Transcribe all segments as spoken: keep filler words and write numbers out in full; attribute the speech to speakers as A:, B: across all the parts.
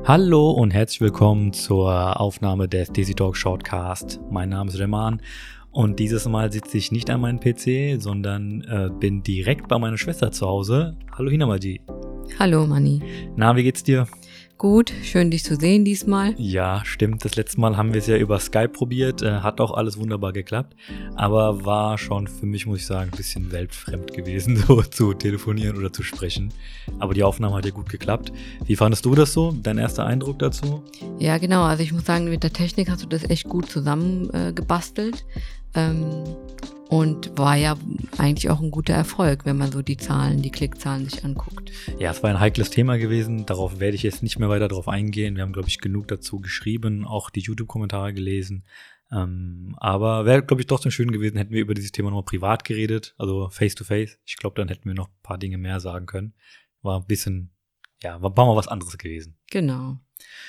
A: Hallo und herzlich willkommen zur Aufnahme des Desi Talk Shortcast. Mein Name ist Reman und dieses Mal sitze ich nicht an meinem P C, sondern äh, bin direkt bei meiner Schwester zu Hause. Hallo Hinamaji.
B: Hallo Manni.
A: Na, wie geht's dir?
B: Gut, schön dich zu sehen diesmal.
A: Ja, stimmt. Das letzte Mal haben wir es ja über Skype probiert. Äh, hat auch alles wunderbar geklappt. Aber war schon für mich, muss ich sagen, ein bisschen weltfremd gewesen, so zu telefonieren oder zu sprechen. Aber die Aufnahme hat ja gut geklappt. Wie fandest du das so? Dein erster Eindruck dazu?
B: Ja, genau. Also ich muss sagen, mit der Technik hast du das echt gut zusammen äh, gebastelt. Ähm, und war ja eigentlich auch ein guter Erfolg, wenn man so die Zahlen, die Klickzahlen sich anguckt.
A: Ja, es war ein heikles Thema gewesen. Darauf werde ich jetzt nicht mehr weiter drauf eingehen. Wir haben, glaube ich, genug dazu geschrieben, auch die YouTube-Kommentare gelesen. Ähm, aber wäre, glaube ich, trotzdem schön gewesen, hätten wir über dieses Thema nochmal privat geredet, also face-to-face. Ich glaube, dann hätten wir noch ein paar Dinge mehr sagen können. War ein bisschen, ja, war, war mal was anderes gewesen.
B: Genau.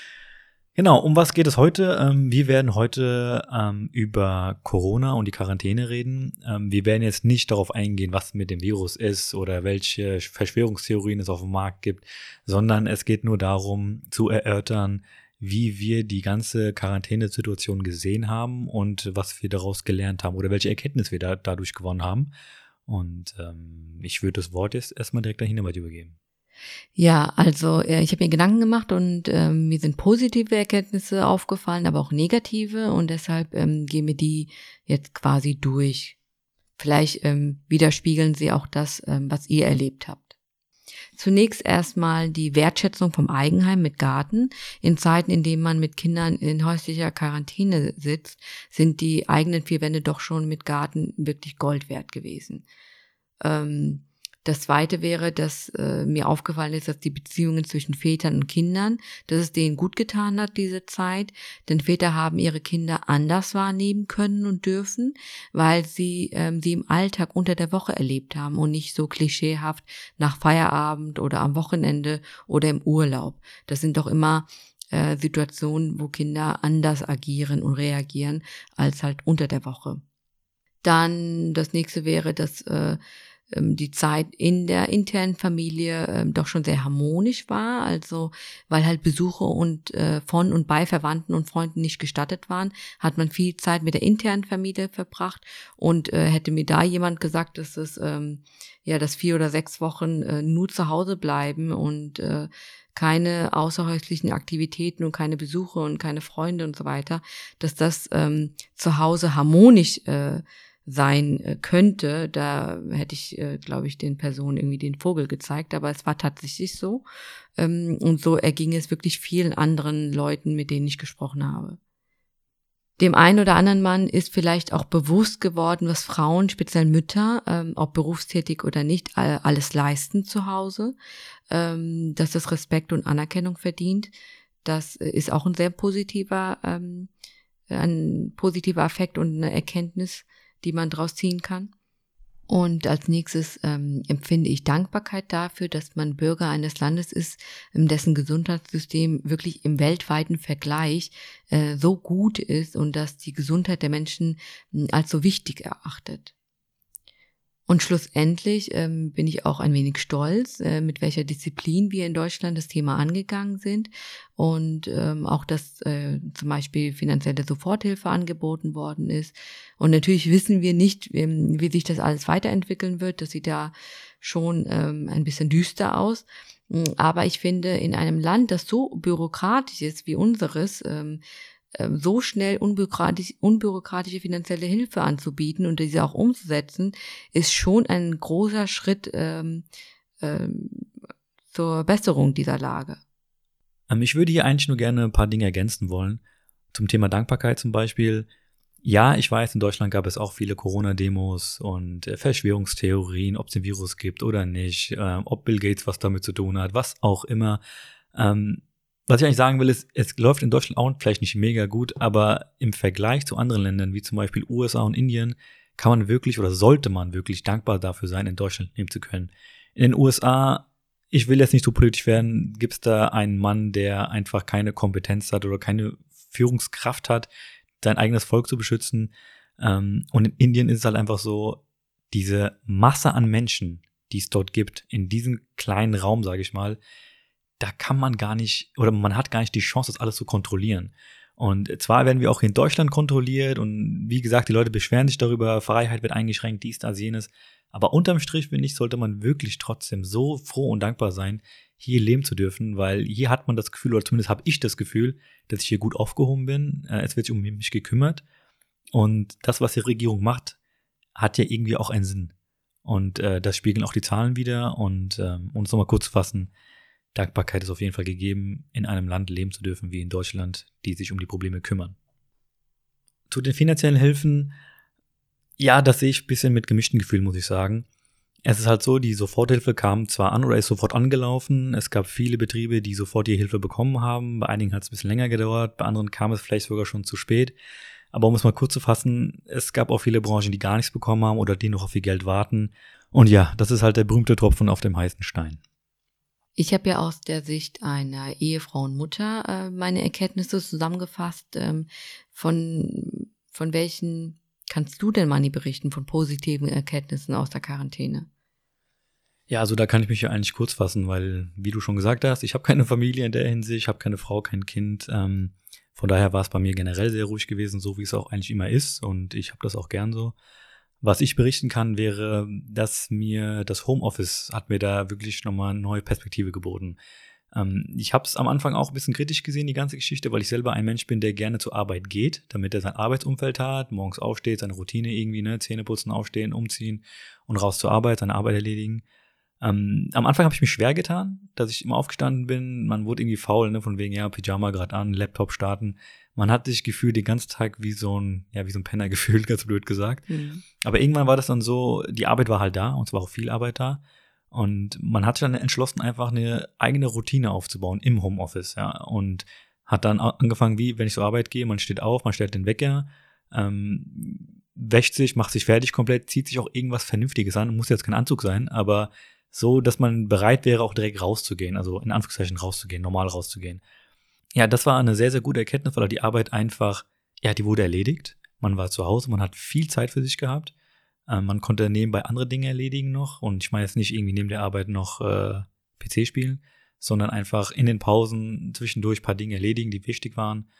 A: Genau, um was geht es heute? Ähm, wir werden heute ähm, über Corona und die Quarantäne reden. Ähm, wir werden jetzt nicht darauf eingehen, was mit dem Virus ist oder welche Verschwörungstheorien es auf dem Markt gibt, sondern es geht nur darum, zu erörtern, wie wir die ganze Quarantänesituation gesehen haben und was wir daraus gelernt haben oder welche Erkenntnisse wir da, dadurch gewonnen haben. Und ähm, ich würde das Wort jetzt erstmal direkt an Hinamaji übergeben.
B: Ja, also äh, ich habe mir Gedanken gemacht und ähm, mir sind positive Erkenntnisse aufgefallen, aber auch negative und deshalb ähm, gehen wir die jetzt quasi durch. Vielleicht ähm, widerspiegeln sie auch das, ähm, was ihr erlebt habt. Zunächst erstmal die Wertschätzung vom Eigenheim mit Garten. In Zeiten, in denen man mit Kindern in häuslicher Quarantäne sitzt, sind die eigenen vier Wände doch schon mit Garten wirklich Gold wert gewesen. Ähm, Das Zweite wäre, dass äh, mir aufgefallen ist, dass die Beziehungen zwischen Vätern und Kindern, dass es denen gut getan hat, diese Zeit. Denn Väter haben ihre Kinder anders wahrnehmen können und dürfen, weil sie ähm, sie im Alltag unter der Woche erlebt haben und nicht so klischeehaft nach Feierabend oder am Wochenende oder im Urlaub. Das sind doch immer äh, Situationen, wo Kinder anders agieren und reagieren als halt unter der Woche. Dann das nächste wäre, dass äh, die Zeit in der internen Familie ähm, doch schon sehr harmonisch war, also weil halt Besuche und äh, von und bei Verwandten und Freunden nicht gestattet waren, hat man viel Zeit mit der internen Familie verbracht und äh, hätte mir da jemand gesagt, dass es ähm, ja, dass vier oder sechs Wochen äh, nur zu Hause bleiben und äh, keine außerhäuslichen Aktivitäten und keine Besuche und keine Freunde und so weiter, dass das ähm, zu Hause harmonisch äh, sein könnte, da hätte ich, äh, glaube ich, den Personen irgendwie den Vogel gezeigt, aber es war tatsächlich so. Ähm, und so erging es wirklich vielen anderen Leuten, mit denen ich gesprochen habe. Dem einen oder anderen Mann ist vielleicht auch bewusst geworden, was Frauen, speziell Mütter, ähm, ob berufstätig oder nicht, alles leisten zu Hause, ähm, dass das Respekt und Anerkennung verdient. Das ist auch ein sehr positiver, ähm, ein positiver Effekt und eine Erkenntnis, die man draus ziehen kann. Und als nächstes ähm, empfinde ich Dankbarkeit dafür, dass man Bürger eines Landes ist, dessen Gesundheitssystem wirklich im weltweiten Vergleich äh, so gut ist und dass die Gesundheit der Menschen äh, als so wichtig erachtet. Und schlussendlich ähm, bin ich auch ein wenig stolz, äh, mit welcher Disziplin wir in Deutschland das Thema angegangen sind und ähm, auch, dass äh, zum Beispiel finanzielle Soforthilfe angeboten worden ist. Und natürlich wissen wir nicht, ähm, wie sich das alles weiterentwickeln wird. Das sieht ja schon ähm, ein bisschen düster aus. Aber ich finde, in einem Land, das so bürokratisch ist wie unseres, ähm, so schnell unbürokratisch, unbürokratische finanzielle Hilfe anzubieten und diese auch umzusetzen, ist schon ein großer Schritt ähm, ähm, zur Besserung dieser Lage.
A: Ähm, ich würde hier eigentlich nur gerne ein paar Dinge ergänzen wollen. Zum Thema Dankbarkeit zum Beispiel. Ja, ich weiß, in Deutschland gab es auch viele Corona-Demos und äh, Verschwörungstheorien, ob es ein Virus gibt oder nicht, äh, ob Bill Gates was damit zu tun hat, was auch immer. Ähm, Was ich eigentlich sagen will, ist, es läuft in Deutschland auch vielleicht nicht mega gut, aber im Vergleich zu anderen Ländern, wie zum Beispiel U S A und Indien, kann man wirklich oder sollte man wirklich dankbar dafür sein, in Deutschland leben zu können. In den U S A, ich will jetzt nicht so politisch werden, gibt es da einen Mann, der einfach keine Kompetenz hat oder keine Führungskraft hat, sein eigenes Volk zu beschützen. Und in Indien ist es halt einfach so, diese Masse an Menschen, die es dort gibt, in diesem kleinen Raum, sage ich mal, da kann man gar nicht, oder man hat gar nicht die Chance, das alles zu kontrollieren. Und zwar werden wir auch in Deutschland kontrolliert und wie gesagt, die Leute beschweren sich darüber, Freiheit wird eingeschränkt, dies, das, jenes. Aber unterm Strich, finde ich, sollte man wirklich trotzdem so froh und dankbar sein, hier leben zu dürfen, weil hier hat man das Gefühl, oder zumindest habe ich das Gefühl, dass ich hier gut aufgehoben bin. Es wird sich um mich gekümmert. Und das, was die Regierung macht, hat ja irgendwie auch einen Sinn. Und äh, das spiegeln auch die Zahlen wieder. Und ähm, um es nochmal kurz zu fassen, Dankbarkeit ist auf jeden Fall gegeben, in einem Land leben zu dürfen wie in Deutschland, die sich um die Probleme kümmern. Zu den finanziellen Hilfen, ja, das sehe ich ein bisschen mit gemischten Gefühlen, muss ich sagen. Es ist halt so, die Soforthilfe kam zwar an oder ist sofort angelaufen. Es gab viele Betriebe, die sofort die Hilfe bekommen haben. Bei einigen hat es ein bisschen länger gedauert, bei anderen kam es vielleicht sogar schon zu spät. Aber um es mal kurz zu fassen, es gab auch viele Branchen, die gar nichts bekommen haben oder die noch auf ihr Geld warten. Und ja, das ist halt der berühmte Tropfen auf dem heißen Stein.
B: Ich habe ja aus der Sicht einer Ehefrau und Mutter äh, meine Erkenntnisse zusammengefasst. Ähm, von, von welchen kannst du denn, Manni, berichten, von positiven Erkenntnissen aus der Quarantäne?
A: Ja, also da kann ich mich ja eigentlich kurz fassen, weil, wie du schon gesagt hast, ich habe keine Familie in der Hinsicht, ich habe keine Frau, kein Kind. Ähm, von daher war es bei mir generell sehr ruhig gewesen, so wie es auch eigentlich immer ist. Und ich habe das auch gern so. Was ich berichten kann, wäre, dass mir das Homeoffice hat mir da wirklich nochmal eine neue Perspektive geboten. Ähm, ich habe es am Anfang auch ein bisschen kritisch gesehen, die ganze Geschichte, weil ich selber ein Mensch bin, der gerne zur Arbeit geht, damit er sein Arbeitsumfeld hat, morgens aufsteht, seine Routine irgendwie, ne, Zähne putzen, aufstehen, umziehen und raus zur Arbeit, seine Arbeit erledigen. Ähm, am Anfang habe ich mich schwer getan, dass ich immer aufgestanden bin. Man wurde irgendwie faul, ne, von wegen, ja, Pyjama gerade an, Laptop starten. Man hat sich gefühlt den ganzen Tag wie so ein, ja, wie so ein Penner gefühlt, ganz blöd gesagt. Mhm. Aber irgendwann war das dann so, die Arbeit war halt da, und zwar auch viel Arbeit da. Und man hat sich dann entschlossen, einfach eine eigene Routine aufzubauen im Homeoffice, ja. Und hat dann angefangen, wie, wenn ich zur Arbeit gehe, man steht auf, man stellt den Wecker, ähm, wäscht sich, macht sich fertig komplett, zieht sich auch irgendwas Vernünftiges an, muss jetzt kein Anzug sein, aber so, dass man bereit wäre, auch direkt rauszugehen, also in Anführungszeichen rauszugehen, normal rauszugehen. Ja, das war eine sehr, sehr gute Erkenntnis, weil die Arbeit einfach, ja, die wurde erledigt. Man war zu Hause, man hat viel Zeit für sich gehabt. Ähm, man konnte nebenbei andere Dinge erledigen noch. Und ich meine jetzt nicht irgendwie neben der Arbeit noch äh, P C spielen, sondern einfach in den Pausen zwischendurch ein paar Dinge erledigen, die wichtig waren.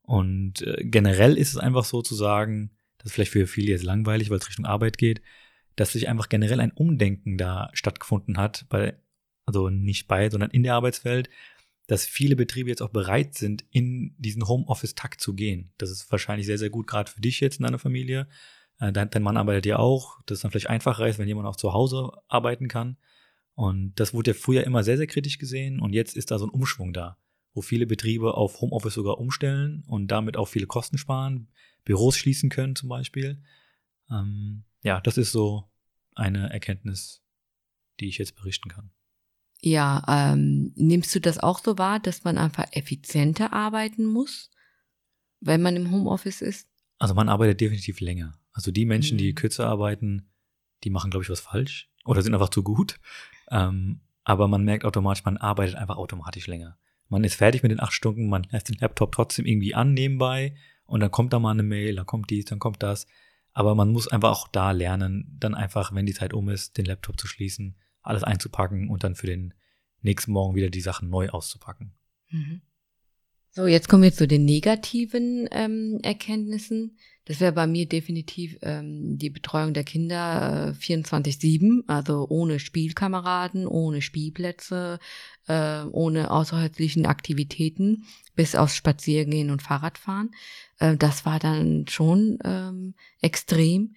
A: Und äh, generell ist es einfach so zu sagen, das ist vielleicht für viele jetzt langweilig, weil es Richtung Arbeit geht, dass sich einfach generell ein Umdenken da stattgefunden hat, bei, also nicht bei, sondern in der Arbeitswelt, dass viele Betriebe jetzt auch bereit sind, in diesen Homeoffice-Takt zu gehen. Das ist wahrscheinlich sehr, sehr gut, gerade für dich jetzt in deiner Familie. Äh, dein, dein Mann arbeitet ja auch, das ist dann vielleicht einfacher ist, wenn jemand auch zu Hause arbeiten kann. Und das wurde ja früher immer sehr, sehr kritisch gesehen und jetzt ist da so ein Umschwung da, wo viele Betriebe auf Homeoffice sogar umstellen und damit auch viele Kosten sparen, Büros schließen können zum Beispiel. Ähm, ja, das ist so eine Erkenntnis, die ich jetzt berichten kann.
B: Ja, ähm, nimmst du das auch so wahr, dass man einfach effizienter arbeiten muss, wenn man im Homeoffice ist?
A: Also man arbeitet definitiv länger. Also die Menschen, mhm. die kürzer arbeiten, die machen, glaube ich, was falsch oder sind einfach zu gut. Ähm, aber man merkt automatisch, man arbeitet einfach automatisch länger. Man ist fertig mit den acht Stunden, man lässt den Laptop trotzdem irgendwie an nebenbei und dann kommt da mal eine Mail, dann kommt dies, dann kommt das. Aber man muss einfach auch da lernen, dann einfach, wenn die Zeit um ist, den Laptop zu schließen, alles einzupacken und dann für den nächsten Morgen wieder die Sachen neu auszupacken.
B: Mhm. So, jetzt kommen wir zu den negativen ähm, Erkenntnissen. Das wäre bei mir definitiv ähm, die Betreuung der Kinder äh, vierundzwanzig sieben, also ohne Spielkameraden, ohne Spielplätze, äh, ohne außerhäuslichen Aktivitäten, bis aufs Spaziergehen und Fahrradfahren. Äh, das war dann schon ähm, extrem.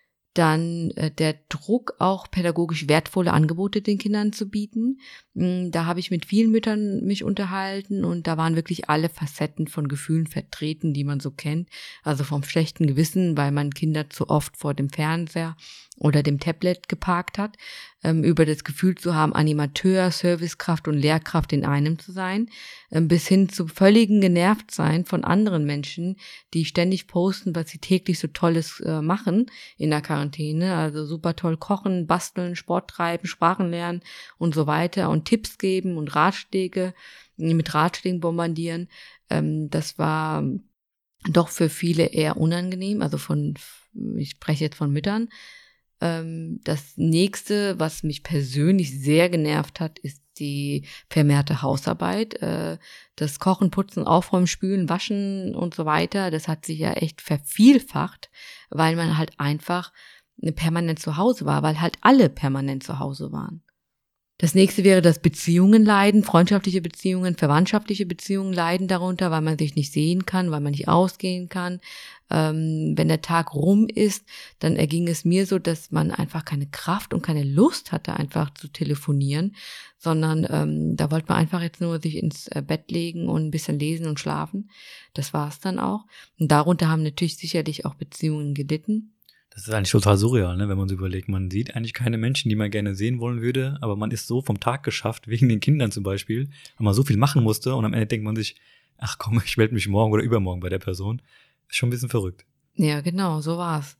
B: Dann äh, der Druck, auch pädagogisch wertvolle Angebote den Kindern zu bieten. Da habe ich mit vielen Müttern mich unterhalten und da waren wirklich alle Facetten von Gefühlen vertreten, die man so kennt. Also vom schlechten Gewissen, weil man Kinder zu oft vor dem Fernseher oder dem Tablet geparkt hat, ähm, über das Gefühl zu haben, Animateur, Servicekraft und Lehrkraft in einem zu sein, ähm, bis hin zu völligen Genervtsein von anderen Menschen, die ständig posten, was sie täglich so Tolles äh, machen in der Quarantäne. Also super toll kochen, basteln, Sport treiben, Sprachen lernen und so weiter und Tipps geben und Ratschläge, mit Ratschlägen bombardieren. Ähm, das war doch für viele eher unangenehm, also von, ich spreche jetzt von Müttern. Ähm, das nächste, was mich persönlich sehr genervt hat, ist die vermehrte Hausarbeit. Äh, das Kochen, Putzen, Aufräumen, Spülen, Waschen und so weiter, das hat sich ja echt vervielfacht, weil man halt einfach permanent zu Hause war, weil halt alle permanent zu Hause waren. Das nächste wäre, dass Beziehungen leiden, freundschaftliche Beziehungen, verwandtschaftliche Beziehungen leiden darunter, weil man sich nicht sehen kann, weil man nicht ausgehen kann. Ähm, wenn der Tag rum ist, dann erging es mir so, dass man einfach keine Kraft und keine Lust hatte, einfach zu telefonieren, sondern ähm, da wollte man einfach jetzt nur sich ins Bett legen und ein bisschen lesen und schlafen. Das war es dann auch. Und darunter haben natürlich sicherlich auch Beziehungen gelitten.
A: Das ist eigentlich total surreal, ne? Wenn man so überlegt. Man sieht eigentlich keine Menschen, die man gerne sehen wollen würde, aber man ist so vom Tag geschafft, wegen den Kindern zum Beispiel, weil man so viel machen musste und am Ende denkt man sich, ach komm, ich melde mich morgen oder übermorgen bei der Person. Ist schon ein bisschen verrückt.
B: Ja, genau, so war's.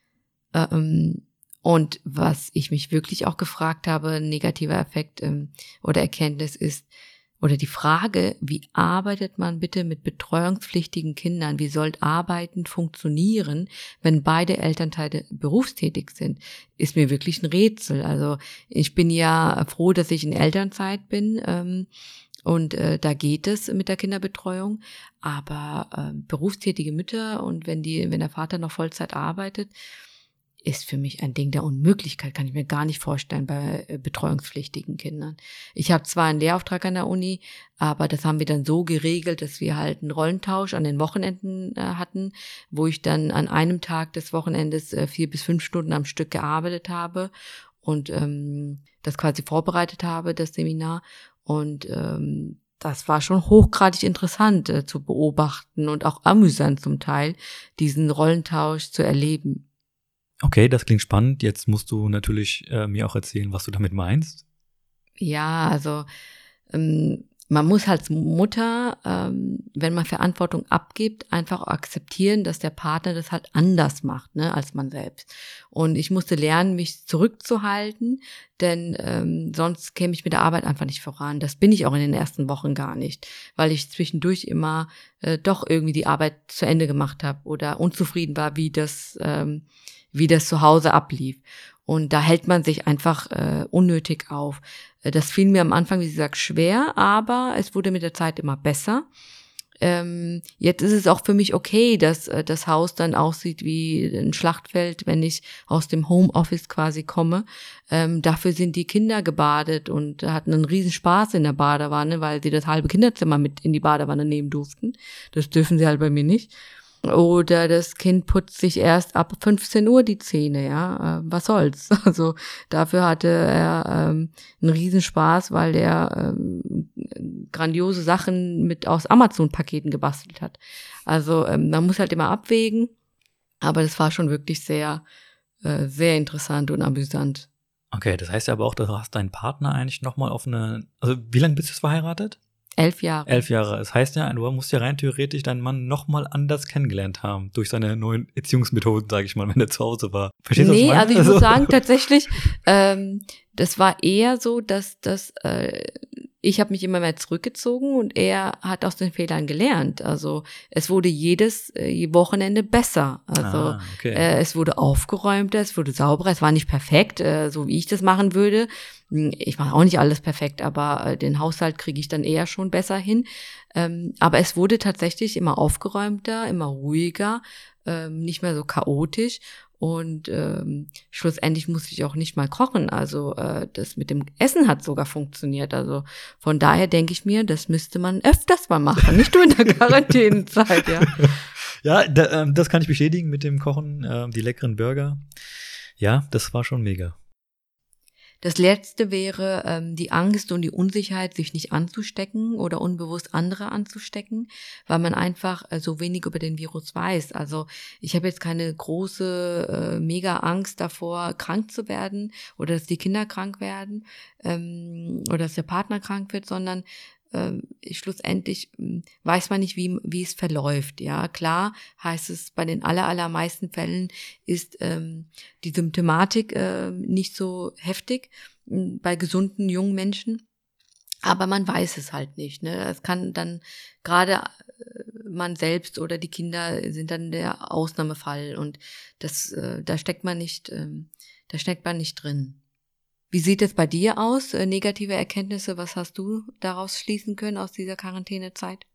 B: Ähm, und was ich mich wirklich auch gefragt habe, negativer Effekt ähm, oder Erkenntnis ist, oder die Frage, wie arbeitet man bitte mit betreuungspflichtigen Kindern? Wie soll Arbeiten funktionieren, wenn beide Elternteile berufstätig sind? Ist mir wirklich ein Rätsel. Also ich bin ja froh, dass ich in Elternzeit bin ähm, und äh, da geht es mit der Kinderbetreuung. Aber äh, berufstätige Mütter und wenn die, wenn der Vater noch Vollzeit arbeitet, ist für mich ein Ding der Unmöglichkeit, kann ich mir gar nicht vorstellen bei äh, betreuungspflichtigen Kindern. Ich habe zwar einen Lehrauftrag an der Uni, aber das haben wir dann so geregelt, dass wir halt einen Rollentausch an den Wochenenden äh, hatten, wo ich dann an einem Tag des Wochenendes äh, vier bis fünf Stunden am Stück gearbeitet habe und ähm, das quasi vorbereitet habe, das Seminar. Und ähm, das war schon hochgradig interessant äh, zu beobachten und auch amüsant zum Teil, diesen Rollentausch zu erleben.
A: Okay, das klingt spannend. Jetzt musst du natürlich äh, mir auch erzählen, was du damit meinst.
B: Ja, also ähm, man muss als Mutter, ähm, wenn man Verantwortung abgibt, einfach akzeptieren, dass der Partner das halt anders macht, ne, als man selbst. Und ich musste lernen, mich zurückzuhalten, denn ähm, sonst käme ich mit der Arbeit einfach nicht voran. Das bin ich auch in den ersten Wochen gar nicht, weil ich zwischendurch immer äh, doch irgendwie die Arbeit zu Ende gemacht habe oder unzufrieden war, wie das ähm, wie das zu Hause ablief. Und da hält man sich einfach äh, unnötig auf. Das fiel mir am Anfang, wie gesagt, schwer, aber es wurde mit der Zeit immer besser. Ähm, jetzt ist es auch für mich okay, dass äh, das Haus dann aussieht wie ein Schlachtfeld, wenn ich aus dem Homeoffice quasi komme. Ähm, dafür sind die Kinder gebadet und hatten einen riesen Spaß in der Badewanne, weil sie das halbe Kinderzimmer mit in die Badewanne nehmen durften. Das dürfen sie halt bei mir nicht. Oder das Kind putzt sich erst ab fünfzehn Uhr die Zähne, ja, äh, was soll's. Also dafür hatte er ähm, einen Riesenspaß, weil er ähm, grandiose Sachen mit aus Amazon-Paketen gebastelt hat. Also ähm, man muss halt immer abwägen, aber das war schon wirklich sehr, äh, sehr interessant und amüsant.
A: Okay, das heißt ja aber auch, du hast deinen Partner eigentlich nochmal auf eine, also wie lange bist du verheiratet?
B: Elf Jahre.
A: Elf Jahre. Das heißt ja, du musst ja rein theoretisch deinen Mann nochmal anders kennengelernt haben. Durch seine neuen Erziehungsmethoden, sage ich mal, wenn er zu Hause war. Verstehst du, was ich
B: Nee,
A: meine?
B: also ich
A: Also
B: muss sagen, tatsächlich, ähm, das war eher so, dass, dass äh, ich habe mich immer mehr zurückgezogen und er hat aus den Fehlern gelernt. Also es wurde jedes äh, Wochenende besser. Also
A: ah, okay.
B: äh, es wurde aufgeräumter, es wurde sauberer. Es war nicht perfekt, äh, so wie ich das machen würde. Ich mache auch nicht alles perfekt, aber äh, den Haushalt kriege ich dann eher schon besser hin. Ähm, aber es wurde tatsächlich immer aufgeräumter, immer ruhiger, ähm, nicht mehr so chaotisch. Und ähm, schlussendlich musste ich auch nicht mal kochen. Also äh, das mit dem Essen hat sogar funktioniert. Also von daher denke ich mir, das müsste man öfters mal machen, nicht nur in der Quarantänezeit, ja.
A: Ja, da, ähm, das kann ich bestätigen mit dem Kochen, äh, die leckeren Burger. Ja, das war schon mega.
B: Das Letzte wäre ähm, die Angst und die Unsicherheit, sich nicht anzustecken oder unbewusst andere anzustecken, weil man einfach äh, so wenig über den Virus weiß. Also ich habe jetzt keine große, äh, mega Angst davor, krank zu werden oder dass die Kinder krank werden ähm, oder dass der Partner krank wird, sondern äh, schlussendlich äh, weiß man nicht, wie wie es verläuft. Ja, klar heißt es, bei den aller, allermeisten Fällen ist ähm, die Symptomatik äh, nicht so heftig äh, bei gesunden jungen Menschen, aber man weiß es halt nicht. Ne? Es kann dann gerade äh, man selbst oder die Kinder sind dann der Ausnahmefall und das, äh, da steckt man nicht, äh, Da steckt man nicht drin. Wie sieht es bei dir aus? Äh, negative Erkenntnisse, was hast du daraus schließen können aus dieser Quarantänezeit?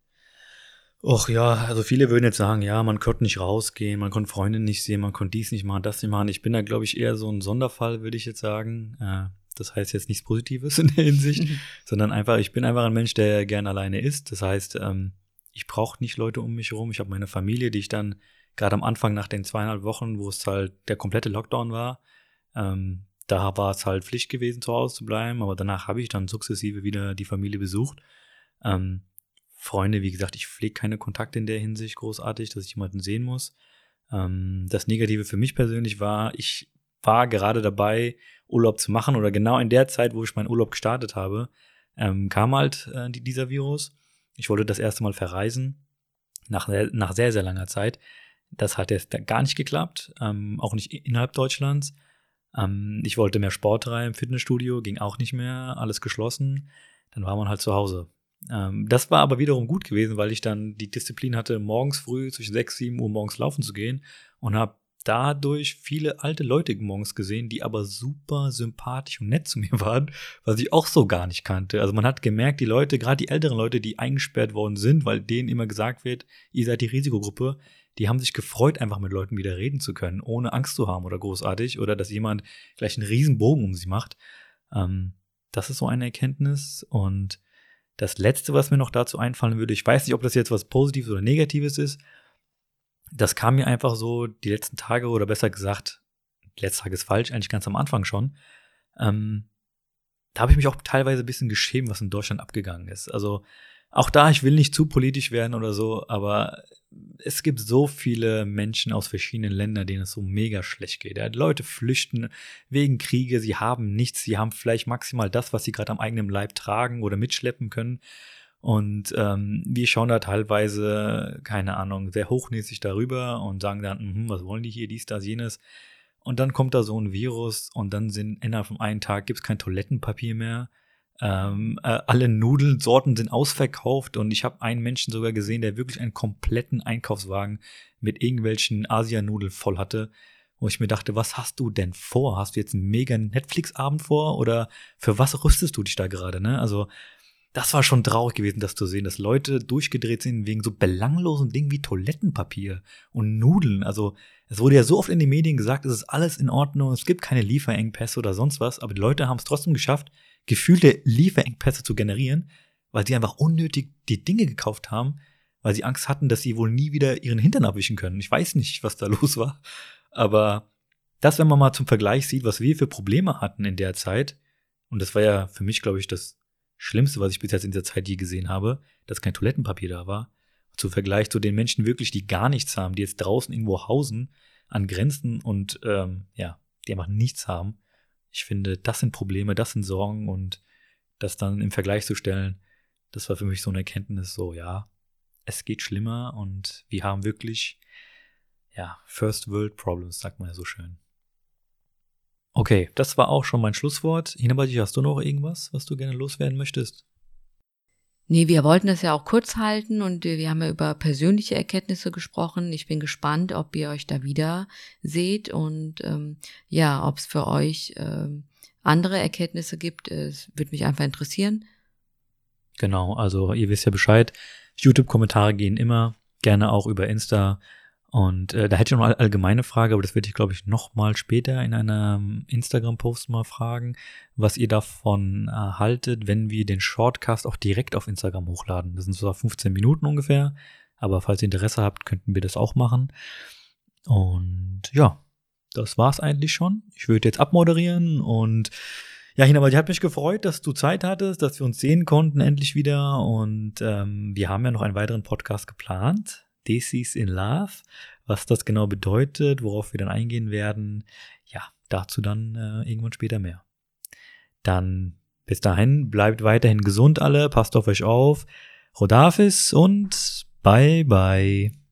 A: Och ja, also viele würden jetzt sagen, ja, man konnte nicht rausgehen, man konnte Freunde nicht sehen, man konnte dies nicht machen, das nicht machen. Ich bin da, glaube ich, eher so ein Sonderfall, würde ich jetzt sagen. Äh, das heißt jetzt nichts Positives in der Hinsicht, mhm. sondern einfach, ich bin einfach ein Mensch, der gern alleine ist. Das heißt, ähm, ich brauche nicht Leute um mich herum. Ich habe meine Familie, die ich dann gerade am Anfang nach den zweieinhalb Wochen, wo es halt der komplette Lockdown war, ähm, da war es halt Pflicht gewesen, zu Hause zu bleiben. Aber danach habe ich dann sukzessive wieder die Familie besucht. Ähm, Freunde, wie gesagt, ich pflege keine Kontakte in der Hinsicht großartig, dass ich jemanden sehen muss. Ähm, das Negative für mich persönlich war, ich war gerade dabei, Urlaub zu machen oder genau in der Zeit, wo ich meinen Urlaub gestartet habe, ähm, kam halt äh, dieser Virus. Ich wollte das erste Mal verreisen, nach, nach sehr, sehr langer Zeit. Das hat jetzt gar nicht geklappt, ähm, auch nicht innerhalb Deutschlands. Ähm, ich wollte mehr Sport treiben im Fitnessstudio, ging auch nicht mehr, alles geschlossen. Dann war man halt zu Hause. Ähm, das war aber wiederum gut gewesen, weil ich dann die Disziplin hatte, morgens früh zwischen sechs, sieben Uhr morgens laufen zu gehen und habe dadurch viele alte Leute morgens gesehen, die aber super sympathisch und nett zu mir waren, was ich auch so gar nicht kannte. Also man hat gemerkt, die Leute, gerade die älteren Leute, die eingesperrt worden sind, weil denen immer gesagt wird, ihr seid die Risikogruppe, die haben sich gefreut, einfach mit Leuten wieder reden zu können, ohne Angst zu haben oder großartig oder dass jemand gleich einen riesen Bogen um sie macht. Ähm, das ist so eine Erkenntnis. Und das Letzte, was mir noch dazu einfallen würde, ich weiß nicht, ob das jetzt was Positives oder Negatives ist, das kam mir einfach so die letzten Tage oder besser gesagt, die letzte Tag ist falsch, eigentlich ganz am Anfang schon, ähm, da habe ich mich auch teilweise ein bisschen geschämt, was in Deutschland abgegangen ist. Also auch da, ich will nicht zu politisch werden oder so, aber es gibt so viele Menschen aus verschiedenen Ländern, denen es so mega schlecht geht. Ja, Leute flüchten wegen Kriege, sie haben nichts, sie haben vielleicht maximal das, was sie gerade am eigenen Leib tragen oder mitschleppen können. Und ähm, wir schauen da teilweise, keine Ahnung, sehr hochnäsig darüber und sagen dann, hm, was wollen die hier, dies, das, jenes. Und dann kommt da so ein Virus und dann sind innerhalb von einem Tag gibt es kein Toilettenpapier mehr. Ähm, äh, alle Nudelsorten sind ausverkauft und ich habe einen Menschen sogar gesehen, der wirklich einen kompletten Einkaufswagen mit irgendwelchen Asianudeln voll hatte, wo ich mir dachte, was hast du denn vor? Hast du jetzt einen mega Netflix-Abend vor oder für was rüstest du dich da gerade, ne? Also das war schon traurig gewesen, das zu sehen, dass Leute durchgedreht sind wegen so belanglosen Dingen wie Toilettenpapier und Nudeln. Also es wurde ja so oft in den Medien gesagt, es ist alles in Ordnung, es gibt keine Lieferengpässe oder sonst was, aber die Leute haben es trotzdem geschafft, gefühlte Lieferengpässe zu generieren, weil sie einfach unnötig die Dinge gekauft haben, weil sie Angst hatten, dass sie wohl nie wieder ihren Hintern abwischen können. Ich weiß nicht, was da los war, aber das, wenn man mal zum Vergleich sieht, was wir für Probleme hatten in der Zeit, und das war ja für mich, glaube ich, das Schlimmste, was ich bis jetzt in dieser Zeit je gesehen habe, dass kein Toilettenpapier da war. Zum Vergleich zu den Menschen wirklich, die gar nichts haben, die jetzt draußen irgendwo hausen an Grenzen und ähm, ja, die einfach nichts haben. Ich finde, das sind Probleme, das sind Sorgen und das dann im Vergleich zu stellen, das war für mich so eine Erkenntnis, so ja, es geht schlimmer und wir haben wirklich, ja, First World Problems, sagt man ja so schön. Okay, das war auch schon mein Schlusswort. Hinabadi, hast du noch irgendwas, was du gerne loswerden möchtest?
B: Nee, wir wollten das ja auch kurz halten und wir haben ja über persönliche Erkenntnisse gesprochen. Ich bin gespannt, ob ihr euch da wieder seht und ähm, ja, ob es für euch ähm, andere Erkenntnisse gibt. Es würde mich einfach interessieren.
A: Genau, also ihr wisst ja Bescheid. YouTube-Kommentare gehen immer, gerne auch über Insta. Und äh, da hätte ich noch eine allgemeine Frage, aber das werde ich, glaube ich, noch mal später in einem Instagram-Post mal fragen, was ihr davon äh, haltet, wenn wir den Shortcast auch direkt auf Instagram hochladen. Das sind so fünfzehn Minuten ungefähr, aber falls ihr Interesse habt, könnten wir das auch machen. Und ja, das war's eigentlich schon. Ich würde jetzt abmoderieren und ja, Hinabadi, hat mich gefreut, dass du Zeit hattest, dass wir uns sehen konnten endlich wieder und ähm, wir haben ja noch einen weiteren Podcast geplant. Desis in Love, was das genau bedeutet, worauf wir dann eingehen werden, ja, dazu dann äh, irgendwann später mehr. Dann bis dahin, bleibt weiterhin gesund alle, passt auf euch auf, Rodafis und bye bye.